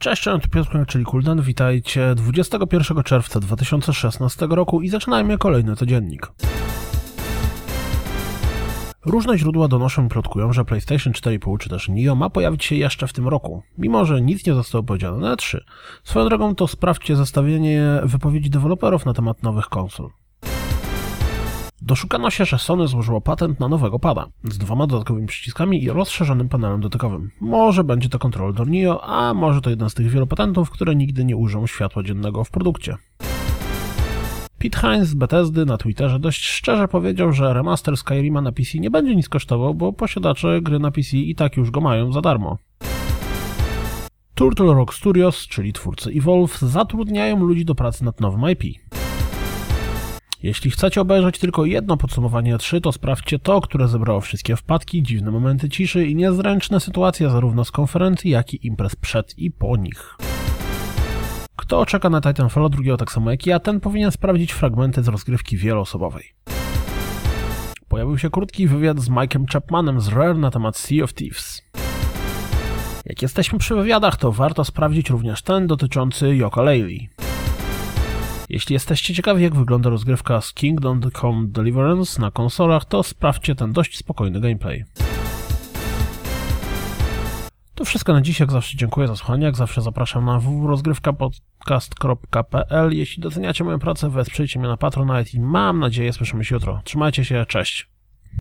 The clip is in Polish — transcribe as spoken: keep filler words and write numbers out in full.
Cześć, tu Piotr, czyli Kulden. Witajcie dwudziestego pierwszego czerwca dwa tysiące szesnastego roku i zaczynajmy kolejny codziennik. Różne źródła donoszą i plotkują, że PlayStation cztery i pół czy też Neo ma pojawić się jeszcze w tym roku, mimo że nic nie zostało powiedziane na E trzy. Swoją drogą to sprawdźcie zestawienie wypowiedzi deweloperów na temat nowych konsol. Doszukano się, że Sony złożyło patent na nowego pada z dwoma dodatkowymi przyciskami i rozszerzonym panelem dotykowym. Może będzie to kontroler Neo, a może to jeden z tych wielu patentów, które nigdy nie ujrzą światła dziennego w produkcie. Pete Hines z Bethesdy na Twitterze dość szczerze powiedział, że remaster Skyrima na P C nie będzie nic kosztował, bo posiadacze gry na P C i tak już go mają za darmo. Turtle Rock Studios, czyli twórcy Evolve, zatrudniają ludzi do pracy nad nowym I P. Jeśli chcecie obejrzeć tylko jedno podsumowanie E trzy, to sprawdźcie to, które zebrało wszystkie wpadki, dziwne momenty ciszy i niezręczne sytuacje zarówno z konferencji, jak i imprez przed i po nich. Kto czeka na Titanfalla drugiego tak samo jak ja, ten powinien sprawdzić fragmenty z rozgrywki wieloosobowej. Pojawił się krótki wywiad z Mike'em Chapmanem z Rare na temat Sea of Thieves. Jak jesteśmy przy wywiadach, to warto sprawdzić również ten dotyczący Yooka-Laylee. Jeśli jesteście ciekawi, jak wygląda rozgrywka z Kingdom Come Deliverance na konsolach, to sprawdźcie ten dość spokojny gameplay. To wszystko na dziś, jak zawsze dziękuję za słuchanie, jak zawsze zapraszam na w w w kropka rozgrywka podcast kropka p l. Jeśli doceniacie moją pracę, wesprzyjcie mnie na Patronite i mam nadzieję słyszymy się jutro. Trzymajcie się, cześć!